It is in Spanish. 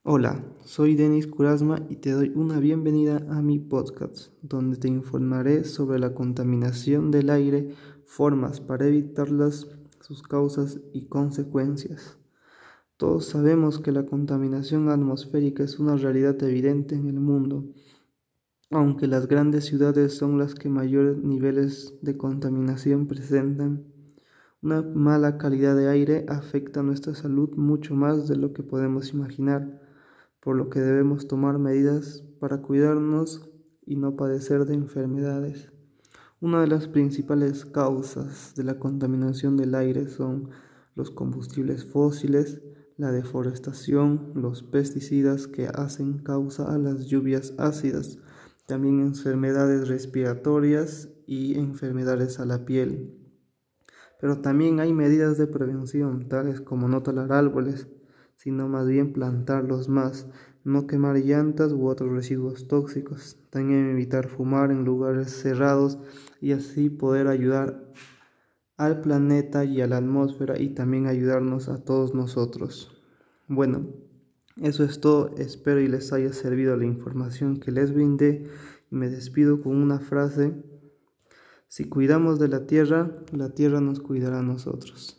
Hola, soy Denis Kurasma y te doy una bienvenida a mi podcast, donde te informaré sobre la contaminación del aire, formas para evitarlas, sus causas y consecuencias. Todos sabemos que la contaminación atmosférica es una realidad evidente en el mundo, aunque las grandes ciudades son las que mayores niveles de contaminación presentan. Una mala calidad de aire afecta nuestra salud mucho más de lo que podemos imaginar, por lo que debemos tomar medidas para cuidarnos y no padecer de enfermedades. Una de las principales causas de la contaminación del aire son los combustibles fósiles, la deforestación, los pesticidas que hacen causa a las lluvias ácidas, también enfermedades respiratorias y enfermedades a la piel. Pero también hay medidas de prevención, tales como no talar árboles, sino más bien plantarlos más, no quemar llantas u otros residuos tóxicos, también evitar fumar en lugares cerrados y así poder ayudar al planeta y a la atmósfera y también ayudarnos a todos nosotros. Bueno, eso es todo, espero y les haya servido la información que les brindé y me despido con una frase: si cuidamos de la tierra nos cuidará a nosotros.